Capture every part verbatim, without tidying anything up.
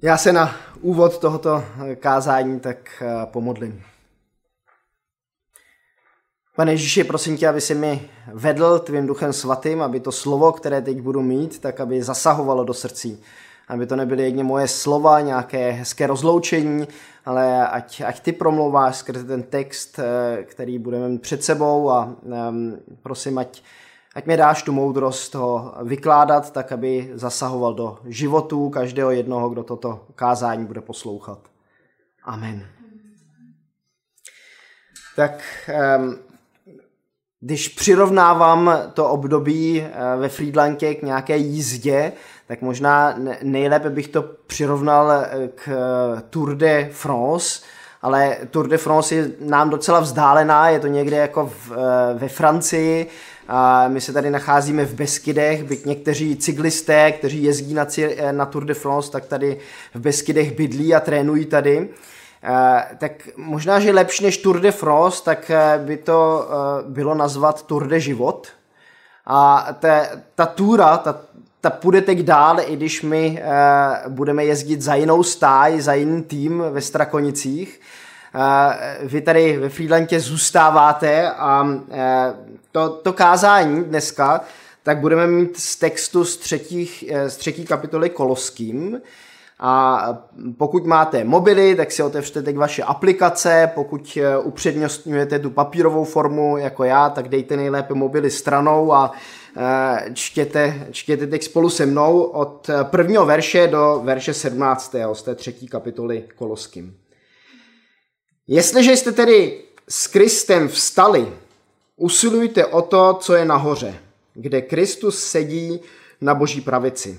Já se na úvod tohoto kázání tak pomodlím. Pane Ježíši, prosím tě, aby si mi vedl tvým duchem svatým, aby to slovo, které teď budu mít, tak aby zasahovalo do srdcí. Aby to nebyly jedně moje slova, nějaké hezké rozloučení, ale ať, ať ty promlouváš skrze ten text, který budeme mít před sebou a um, prosím, ať, ať mi dáš tu moudrost ho vykládat, tak aby zasahoval do životů každého jednoho, kdo toto kázání bude poslouchat. Amen. Tak um, když přirovnávám to období ve Frýdlantě k nějaké jízdě, tak možná nejlépe bych to přirovnal k Tour de France, ale Tour de France je nám docela vzdálená, je to někde jako v, ve Francii a my se tady nacházíme v Beskydech, byť někteří cyklisté, kteří jezdí na, na Tour de France, tak tady v Beskydech bydlí a trénují tady. Uh, tak možná, že lepší než Tour de France, tak uh, by to uh, bylo nazvat Tour de život. A ta, ta túra, ta, ta půjde teď dál, i když my uh, budeme jezdit za jinou stáj, za jiný tým ve Strakonicích. Uh, vy tady ve Frýdlantě zůstáváte a uh, to, to kázání dneska, tak budeme mít z textu z, třetích, z třetí kapitoly Koloským. A pokud máte mobily, tak si otevřete teď vaše aplikace, pokud upřednostňujete tu papírovou formu jako já, tak dejte nejlépe mobily stranou a čtěte, čtěte teď spolu se mnou od prvního verše do verše sedmnáctého z té třetí kapitoly Koloským. Jestliže jste tedy s Kristem vstali, usilujte o to, co je nahoře, kde Kristus sedí na Boží pravici.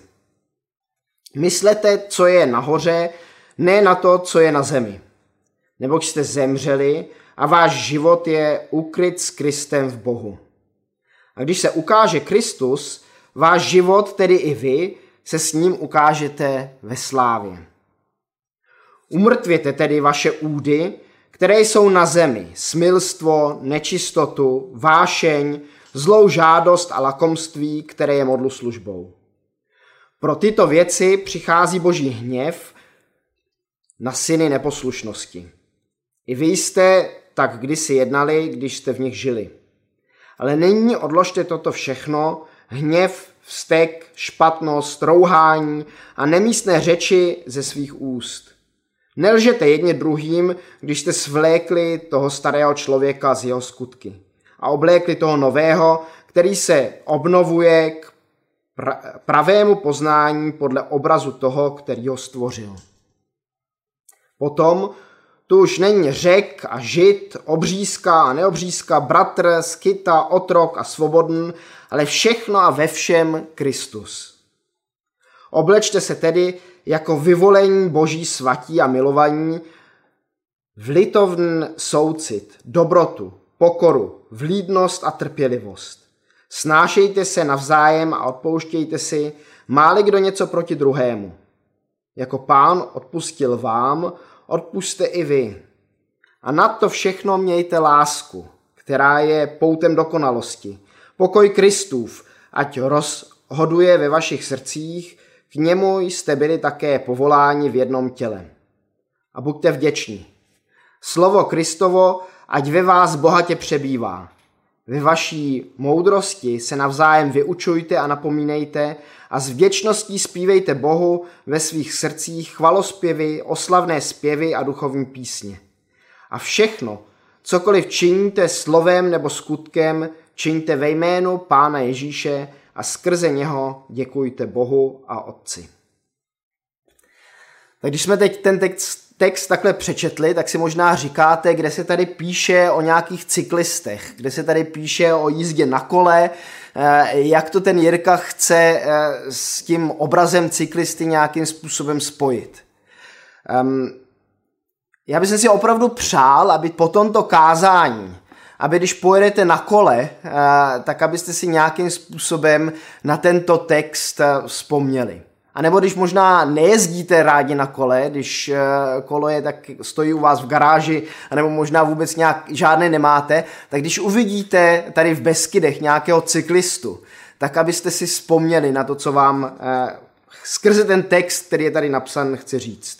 Myslete, co je nahoře, ne na to, co je na zemi. Neboť jste zemřeli a váš život je ukryt s Kristem v Bohu. A když se ukáže Kristus, váš život, tedy i vy, se s ním ukážete ve slávě. Umrtvěte tedy vaše údy, které jsou na zemi, smilstvo, nečistotu, vášeň, zlou žádost a lakomství, které je modlu službou. Pro tyto věci přichází Boží hněv na syny neposlušnosti. I vy jste tak kdysi jednali, když jste v nich žili. Ale nyní odložte toto všechno, hněv, vztek, špatnost, rouhání a nemístné řeči ze svých úst. Nelžete jedně druhým, když jste svlékli toho starého člověka z jeho skutky a oblékli toho nového, který se obnovuje k pravému poznání podle obrazu toho, který ho stvořil. Potom tu už není Řek a Žid, obřízka a neobřízka, bratr, skyta, otrok a svobodný, ale všechno a ve všem Kristus. Oblečte se tedy jako vyvolení Boží svatí a milovaní v litovný soucit, dobrotu, pokoru, vlídnost a trpělivost. Snášejte se navzájem a odpouštějte si, má-li kdo něco proti druhému. Jako Pán odpustil vám, odpusťte i vy. A nad to všechno mějte lásku, která je poutem dokonalosti. Pokoj Kristův, ať rozhoduje ve vašich srdcích, k němu jste byli také povoláni v jednom těle. A buďte vděční. Slovo Kristovo, ať ve vás bohatě přebývá. Ve vaší moudrosti se navzájem vyučujte a napomínejte a s vděčností zpívejte Bohu ve svých srdcích chvalospěvy, oslavné zpěvy a duchovní písně. A všechno, cokoliv činíte slovem nebo skutkem, čiňte ve jménu Pána Ježíše a skrze něho děkujte Bohu a Otci. Tak když jsme teď ten text text takhle přečetli, tak si možná říkáte, kde se tady píše o nějakých cyklistech, kde se tady píše o jízdě na kole, jak to ten Jirka chce s tím obrazem cyklisty nějakým způsobem spojit. Já bych si opravdu přál, aby po tomto kázání, aby když pojedete na kole, tak abyste si nějakým způsobem na tento text vzpomněli. A nebo když možná nejezdíte rádi na kole, když kolo je tak stojí u vás v garáži, anebo možná vůbec nějak žádné nemáte, tak když uvidíte tady v Beskydech nějakého cyklistu, tak abyste si vzpomněli na to, co vám skrze ten text, který je tady napsan, chci říct.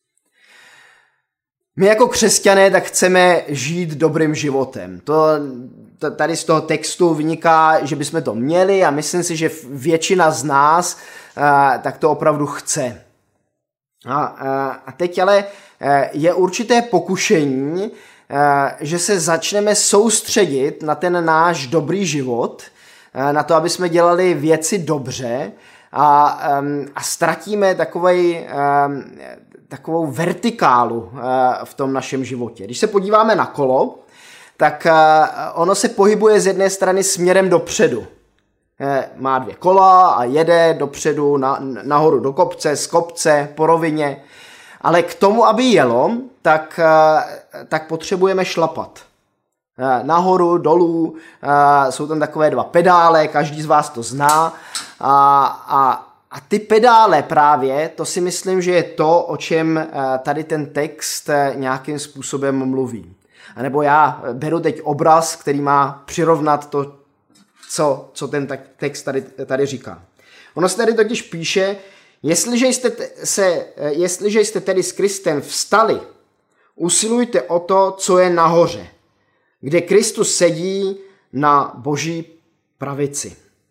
My jako křesťané tak chceme žít dobrým životem. To, to tady z toho textu vyniká, že bychom to měli a myslím si, že většina z nás uh, tak to opravdu chce. A, uh, a teď ale uh, je určité pokušení, uh, že se začneme soustředit na ten náš dobrý život, uh, na to, aby jsme dělali věci dobře a, um, a ztratíme takovej... Um, takovou vertikálu v tom našem životě. Když se podíváme na kolo, tak ono se pohybuje z jedné strany směrem dopředu. Má dvě kola a jede dopředu, na, nahoru do kopce, z kopce, po rovině. Ale k tomu, aby jelo, tak, tak potřebujeme šlapat. Nahoru, dolů, jsou tam takové dva pedále, každý z vás to zná. A, a A ty pedále právě, to si myslím, že je to, o čem tady ten text nějakým způsobem mluví. A nebo já beru teď obraz, který má přirovnat to, co, co ten text tady, tady říká. Ono se tady totiž píše, jestliže jste, se, jestliže jste tedy s Kristem vstali, usilujte o to, co je nahoře, kde Kristus sedí na Boží pravici.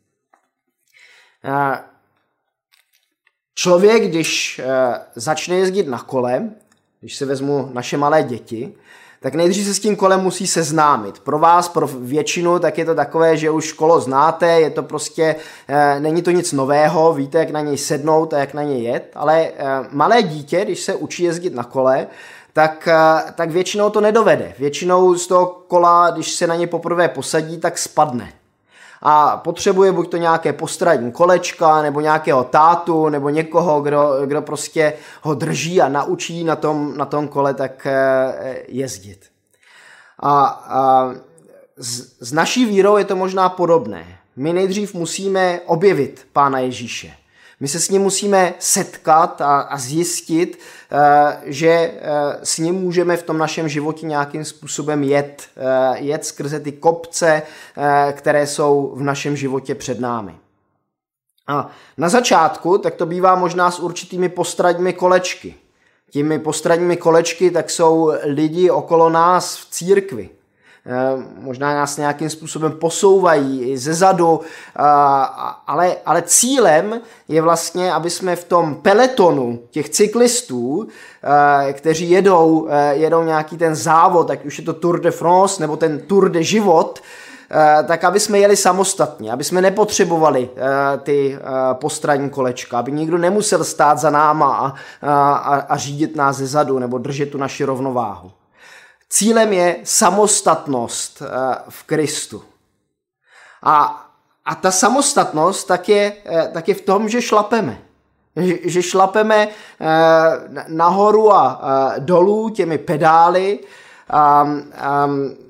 Člověk, když e, začne jezdit na kole, když se vezmu naše malé děti, tak nejdřív se s tím kolem musí seznámit. Pro vás, pro většinu, tak je to takové, že už kolo znáte, je to prostě, e, není to nic nového, víte, jak na něj sednout a jak na něj jet, ale e, malé dítě, když se učí jezdit na kole, tak, e, tak většinou to nedovede. Většinou z toho kola, když se na ně poprvé posadí, tak spadne. A potřebuje buď to nějaké postradní kolečka, nebo nějakého tátu, nebo někoho, kdo, kdo prostě ho drží a naučí na tom, na tom kole tak jezdit. A, a s, s naší vírou je to možná podobné. My nejdřív musíme objevit Pána Ježíše. My se s ním musíme setkat a, a zjistit, uh, že uh, s ním můžeme v tom našem životě nějakým způsobem jet, uh, jet skrze ty kopce, uh, které jsou v našem životě před námi. A na začátku tak to bývá možná s určitými postradními kolečky. Těmi postradními kolečky tak jsou lidi okolo nás v církvi. Možná nás nějakým způsobem posouvají i ze zadu, ale, ale cílem je vlastně, aby jsme v tom peletonu těch cyklistů, kteří jedou, jedou nějaký ten závod, ať už je to Tour de France nebo ten Tour de život, tak aby jsme jeli samostatně, aby jsme nepotřebovali ty postranní kolečka, aby nikdo nemusel stát za náma a, a, a řídit nás ze zadu nebo držet tu naši rovnováhu. Cílem je samostatnost v Kristu. A, a ta samostatnost tak je, tak je v tom, že šlapeme. Že, že šlapeme nahoru a dolů těmi pedály. A, a,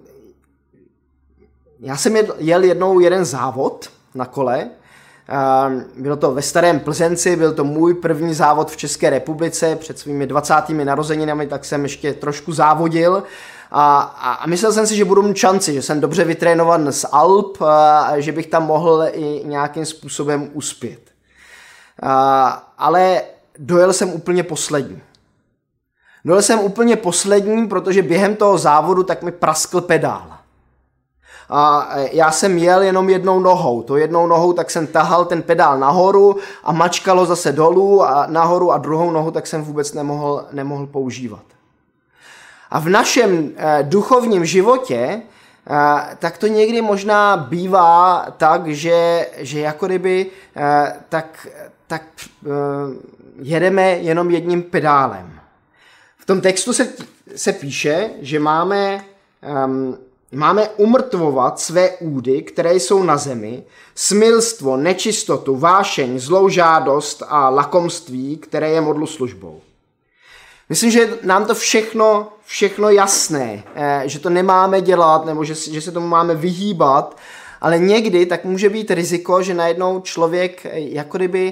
já jsem jel jednou jeden závod na kole. Bylo to ve Starém Plzenci, byl to můj první závod v České republice, před svými dvacátými narozeninami, tak jsem ještě trošku závodil a, a myslel jsem si, že budu mít šanci, že jsem dobře vytrénovan z Alp a že bych tam mohl i nějakým způsobem uspět. A, ale dojel jsem úplně poslední. Dojel jsem úplně poslední, protože během toho závodu tak mi praskl pedál. A já jsem jel jenom jednou nohou. To jednou nohou tak jsem tahal ten pedál nahoru a mačkalo zase dolů a nahoru a druhou nohu tak jsem vůbec nemohl, nemohl používat. A v našem eh, duchovním životě eh, tak to někdy možná bývá tak, že, že jako kdyby eh, tak, tak eh, jedeme jenom jedním pedálem. V tom textu se, se píše, že máme... Um, Máme umrtvovat své údy, které jsou na zemi, smilstvo, nečistotu, vášeň, zlou žádost a lakomství, které je modluslužbou. Myslím, že nám to všechno, všechno jasné, že to nemáme dělat, nebo že, že se tomu máme vyhýbat, ale někdy tak může být riziko, že najednou člověk jako kdyby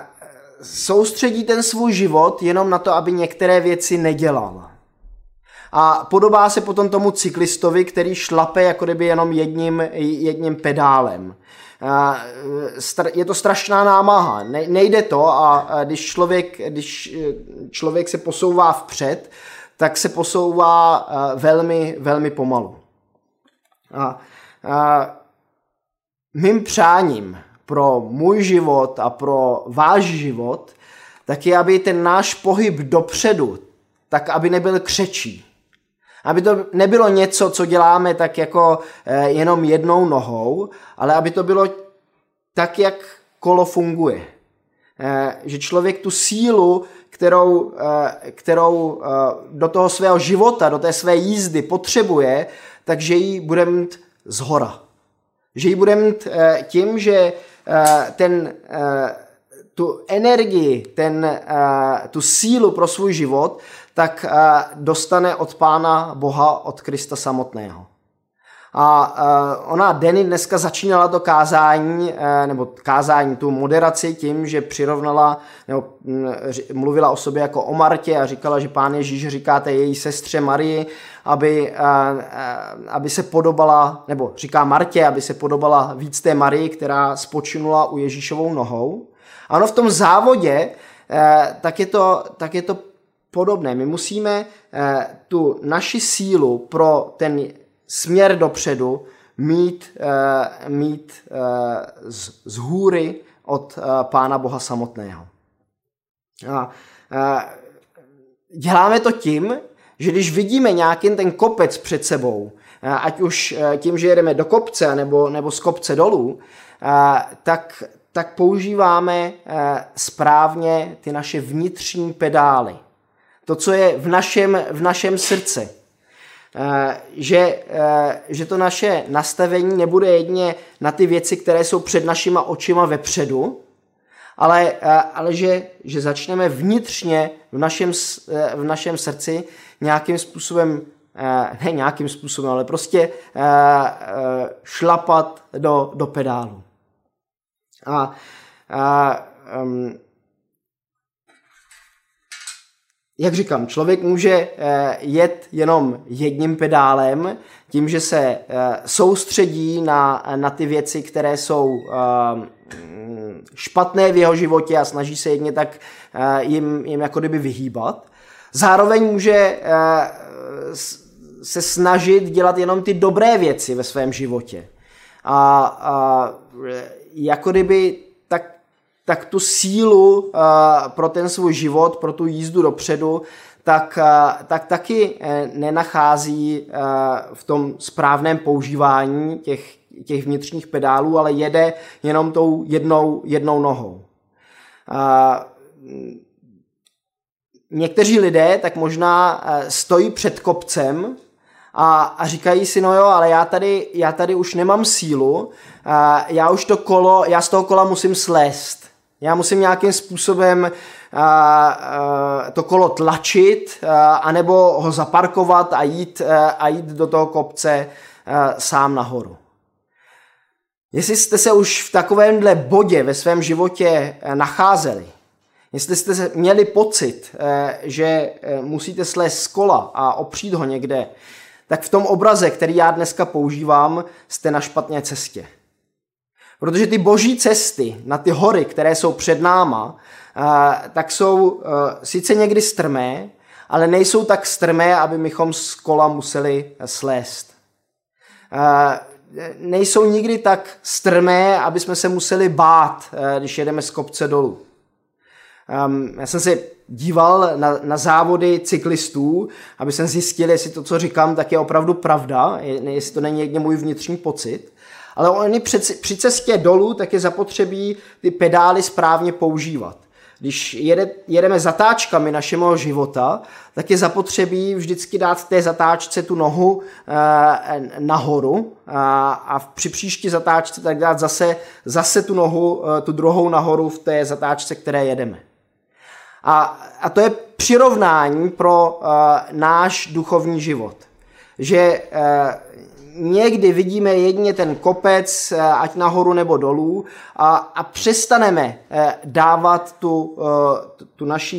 soustředí ten svůj život jenom na to, aby některé věci nedělal. a podobá se potom tomu cyklistovi, který šlape jako kdyby jenom jedním, jedním pedálem. Je to strašná námaha, nejde to a když člověk, když člověk se posouvá vpřed, tak se posouvá velmi, velmi pomalu. A, a mým přáním pro můj život a pro váš život, tak je, aby ten náš pohyb dopředu, tak aby nebyl křečí. Aby to nebylo něco, co děláme tak jako eh, jenom jednou nohou, ale aby to bylo tak, jak kolo funguje. Eh, že člověk tu sílu, kterou, eh, kterou eh, do toho svého života, do té své jízdy potřebuje, takže ji bude mít zhora. Že ji bude mít eh, tím, že eh, ten, eh, tu energii, ten, eh, tu sílu pro svůj život, tak eh, dostane od Pána Boha, od Krista samotného. A eh, ona Denny dneska začínala to kázání, eh, nebo kázání, tu moderaci tím, že přirovnala, nebo hm, mluvila o sobě jako o Martě a říkala, že Pán Ježíš říká té její sestře Marii, aby, eh, aby se podobala, nebo říká Martě, aby se podobala víc té Marii, která spočinula u Ježíšovou nohou. A ono v tom závodě, eh, tak je to, tak je to podobné. My musíme eh, tu naši sílu pro ten směr dopředu mít, eh, mít eh, z, z hůry od eh, Pána Boha samotného. A, eh, děláme to tím, že když vidíme nějaký ten kopec před sebou, eh, ať už eh, tím, že jedeme do kopce nebo, nebo z kopce dolů, eh, tak, tak používáme eh, správně ty naše vnitřní pedály. To, co je v našem, v našem srdci. Že, že to naše nastavení nebude jedině na ty věci, které jsou před našima očima vepředu, ale, ale že, že začneme vnitřně v našem, v našem srdci nějakým způsobem, ne nějakým způsobem, ale prostě šlapat do, do pedálu. A, a um, jak říkám, člověk může jet jenom jedním pedálem, tím, že se soustředí na, na ty věci, které jsou špatné v jeho životě a snaží se jedně tak jim, jim jako kdyby vyhýbat. Zároveň může se snažit dělat jenom ty dobré věci ve svém životě. A, a jako kdyby tak tak tu sílu uh, pro ten svůj život, pro tu jízdu dopředu, tak, uh, tak taky uh, nenachází uh, v tom správném používání těch, těch vnitřních pedálů, ale jede jenom tou jednou, jednou nohou. Uh, někteří lidé tak možná uh, stojí před kopcem a, a říkají si, no jo, ale já tady, já tady už nemám sílu, uh, já už to kolo, já z toho kola musím slézt. Já musím nějakým způsobem uh, uh, to kolo tlačit, uh, anebo ho zaparkovat a jít, uh, a jít do toho kopce uh, sám nahoru. Jestli jste se už v takovémhle bodě ve svém životě uh, nacházeli, jestli jste měli pocit, uh, že uh, musíte slézt z kola a opřít ho někde, tak v tom obraze, který já dneska používám, jste na špatné cestě. Protože ty boží cesty na ty hory, které jsou před náma, tak jsou sice někdy strmé, ale nejsou tak strmé, aby bychom z kola museli slést. Nejsou nikdy tak strmé, aby jsme se museli bát, když jedeme z kopce dolů. Já jsem se díval na, na závody cyklistů, aby jsem zjistil, jestli to, co říkám, tak je opravdu pravda, jestli to není někde můj vnitřní pocit. Ale oni při, při cestě dolů tak je zapotřebí ty pedály správně používat. Když jede, jedeme zatáčkami našeho života, tak je zapotřebí vždycky dát té zatáčce tu nohu e, nahoru a, a při příští zatáčce tak dát zase, zase tu nohu, e, tu druhou nahoru v té zatáčce, které jedeme. A, a to je přirovnání pro e, náš duchovní život. Že e, někdy vidíme jedině ten kopec, ať nahoru nebo dolů, a, a přestaneme dávat tu, tu naši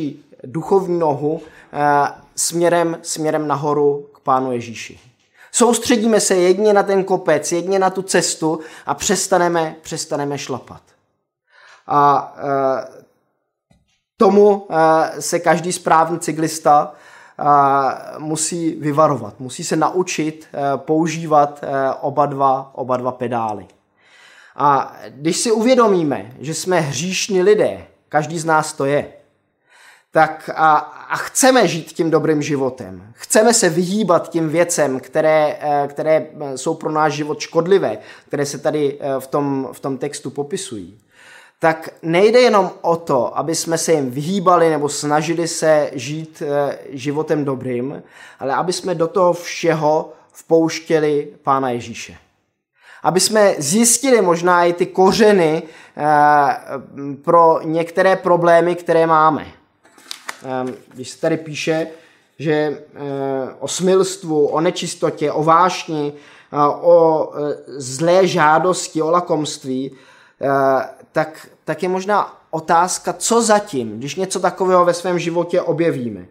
duchovní nohu směrem, směrem nahoru k Pánu Ježíši. Soustředíme se jedně na ten kopec, jedně na tu cestu a přestaneme, přestaneme šlapat. A e, tomu e, se každý správný cyklista e, musí vyvarovat. Musí se naučit e, používat e, oba, dva, oba dva pedály. A když si uvědomíme, že jsme hříšní lidé, každý z nás to je, tak a, a chceme žít tím dobrým životem, chceme se vyhýbat tím věcem, které, které jsou pro náš život škodlivé, které se tady v tom, v tom textu popisují, tak nejde jenom o to, aby jsme se jim vyhýbali nebo snažili se žít životem dobrým, ale aby jsme do toho všeho vpouštěli Pána Ježíše. Aby jsme zjistili možná i ty kořeny pro některé problémy, které máme. Když se tady píše, že o smilstvu, o nečistotě, o vášni, o zlé žádosti, o lakomství, tak, tak je možná otázka, co zatím, když něco takového ve svém životě objevíme.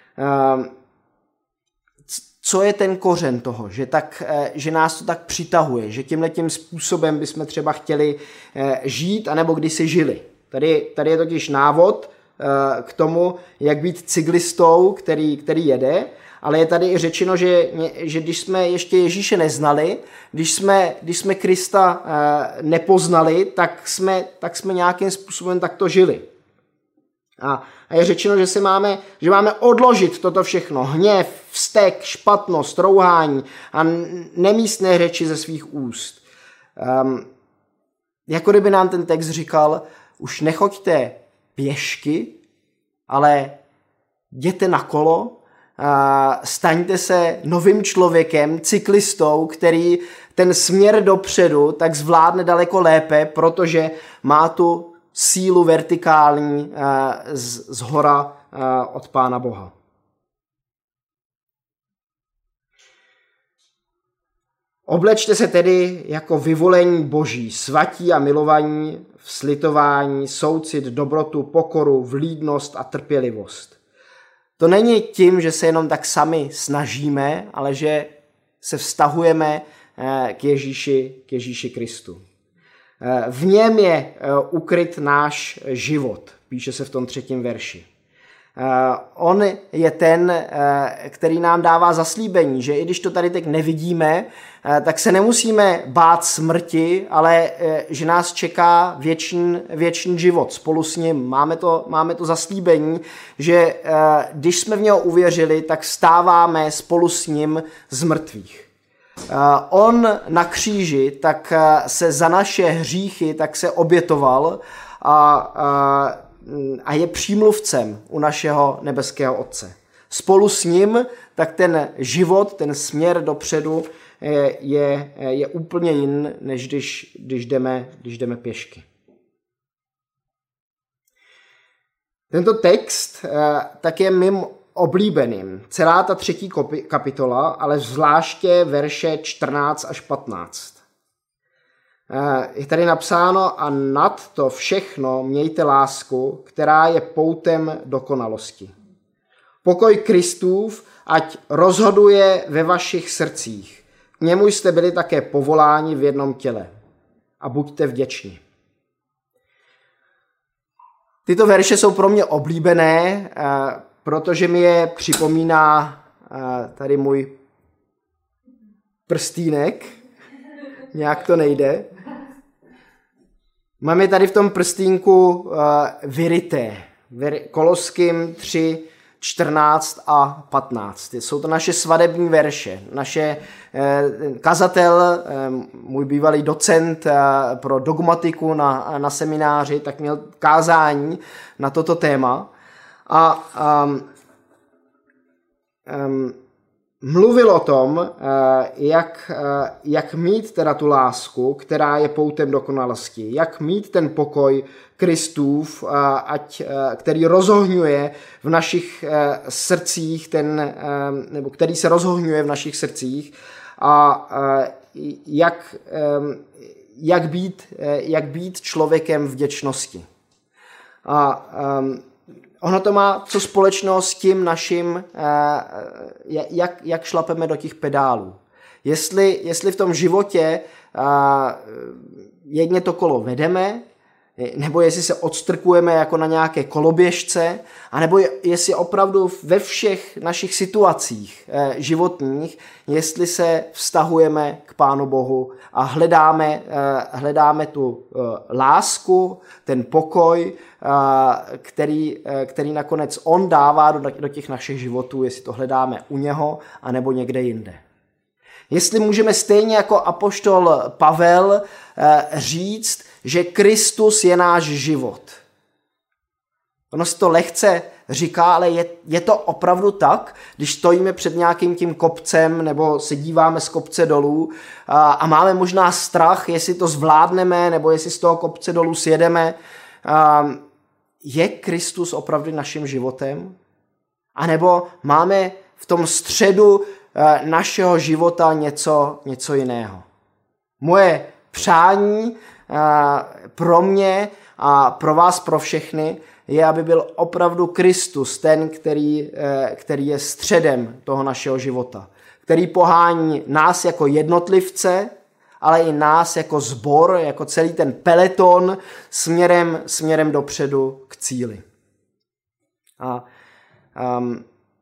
Co je ten kořen toho, že, tak, že nás to tak přitahuje, že tímhletím způsobem bychom třeba chtěli žít, anebo kdysi žili. Tady, tady je totiž návod k tomu, jak být cyklistou, který, který jede, ale je tady i řečeno, že, že když jsme ještě Ježíše neznali, když jsme, když jsme Krista nepoznali, tak jsme, tak jsme nějakým způsobem takto žili. A, a je řečeno, že, se máme, že máme odložit toto všechno, hněv, vztek, špatnost, rouhání a nemístné řeči ze svých úst. Um, jako kdyby nám ten text říkal, už nechoďte pěšky, ale jděte na kolo, staňte se novým člověkem, cyklistou, který ten směr dopředu tak zvládne daleko lépe, protože má tu sílu vertikální z, z hora od Pána Boha. Oblečte se tedy jako vyvolení Boží, svatí a milovaní v slitování, soucit, dobrotu, pokoru, vlídnost a trpělivost. To není tím, že se jenom tak sami snažíme, ale že se vztahujeme k Ježíši, k Ježíši Kristu. V něm je ukryt náš život, píše se v tom třetím verši. On je ten, který nám dává zaslíbení, že i když to tady teď nevidíme, tak se nemusíme bát smrti, ale že nás čeká věčný, věčný život spolu s ním. Máme to, máme to zaslíbení, že když jsme v něho uvěřili, tak vstáváme spolu s ním z mrtvých. On na kříži tak se za naše hříchy tak se obětoval a, a, a je přímluvcem u našeho nebeského Otce. Spolu s ním tak ten život, ten směr dopředu je, je úplně jiný, než když, když, jdeme, když jdeme pěšky. Tento text tak je mým oblíbeným. Celá ta třetí kapitola, ale zvláště verše čtrnáct až patnáct. Je tady napsáno: a nad to všechno mějte lásku, která je poutem dokonalosti. Pokoj Kristův ať rozhoduje ve vašich srdcích. K němu jste byli také povoláni v jednom těle. A buďte vděční. Tyto verše jsou pro mě oblíbené, protože mi je připomíná tady můj prstýnek. Nějak to nejde. Máme tady v tom prstínku vyryté. Koloským tři, čtrnáct a patnáct. Jsou to naše svadební verše. Naše kazatel, můj bývalý docent pro dogmatiku na, na semináři, tak měl kázání na toto téma. A um, um, mluvil o tom, jak, jak mít teda tu lásku, která je poutem dokonalosti, jak mít ten pokoj Kristův, ať, který rozohňuje v našich srdcích, ten, nebo který se rozohňuje v našich srdcích a jak, jak, být, jak být člověkem vděčnosti. A ono to má co společného s tím naším, jak, jak šlapeme do těch pedálů. Jestli, jestli v tom životě jedně to kolo vedeme, nebo jestli se odstrkujeme jako na nějaké koloběžce, anebo jestli opravdu ve všech našich situacích životních, jestli se vztahujeme k Pánu Bohu a hledáme, hledáme tu lásku, ten pokoj, který, který nakonec on dává do, do těch našich životů, jestli to hledáme u něho, anebo někde jinde. Jestli můžeme stejně jako apoštol Pavel říct, že Kristus je náš život. Ono se to lehce říká, ale je, je to opravdu tak, když stojíme před nějakým tím kopcem nebo se díváme z kopce dolů a, a máme možná strach, jestli to zvládneme nebo jestli z toho kopce dolů sjedeme. A, je Kristus opravdu naším životem? A nebo máme v tom středu našeho života něco, něco jiného? Moje přání pro mě a pro vás, pro všechny, je, aby byl opravdu Kristus ten, který, který je středem toho našeho života, který pohání nás jako jednotlivce, ale i nás jako sbor, jako celý ten peleton směrem, směrem dopředu k cíli. A um,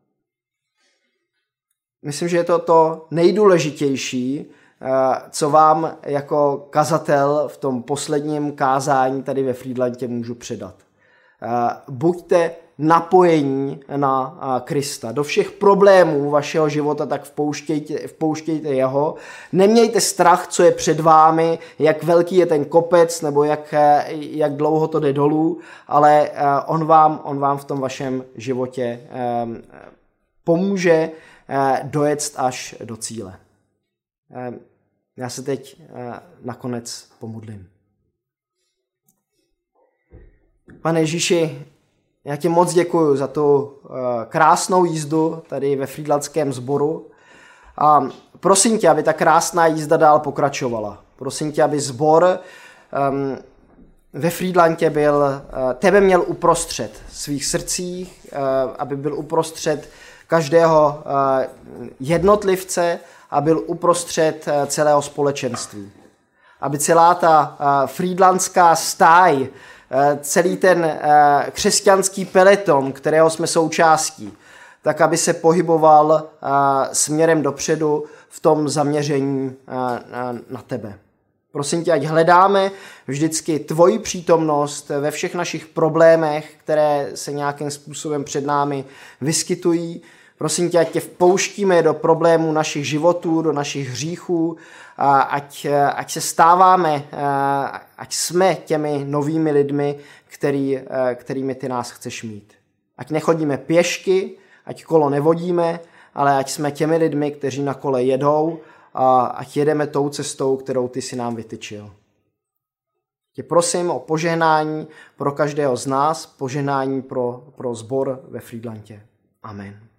myslím, že je to to nejdůležitější, co vám jako kazatel v tom posledním kázání tady ve Frýdlantě můžu předat. Buďte napojení na Krista. Do všech problémů vašeho života tak vpouštějte, vpouštějte jeho. Nemějte strach, co je před vámi, jak velký je ten kopec, nebo jak, jak dlouho to jde dolů, ale on vám, on vám v tom vašem životě pomůže dojet až do cíle. Já se teď nakonec pomodlím. Pane Ježíši, já ti moc děkuju za tu krásnou jízdu tady ve Frýdlantském sboru a prosím tě, aby ta krásná jízda dál pokračovala. Prosím tě, aby sbor um, ve Frýdlantě byl, uh, tebe měl uprostřed svých srdcích, uh, aby byl uprostřed každého uh, jednotlivce a byl uprostřed uh, celého společenství. Aby celá ta uh, frýdlantská stáj, uh, celý ten uh, křesťanský peleton, kterého jsme součástí, tak aby se pohyboval uh, směrem dopředu v tom zaměření uh, na tebe. Prosím tě, ať hledáme vždycky tvoji přítomnost ve všech našich problémech, které se nějakým způsobem před námi vyskytují. Prosím tě, ať tě vpouštíme do problémů našich životů, do našich hříchů, ať, ať se stáváme, ať jsme těmi novými lidmi, který, kterými ty nás chceš mít. Ať nechodíme pěšky, ať kolo nevodíme, ale ať jsme těmi lidmi, kteří na kole jedou, a ať jedeme tou cestou, kterou ty si nám vytyčil. Tě prosím o požehnání pro každého z nás, požehnání pro, pro sbor ve Frýdlantě. Amen.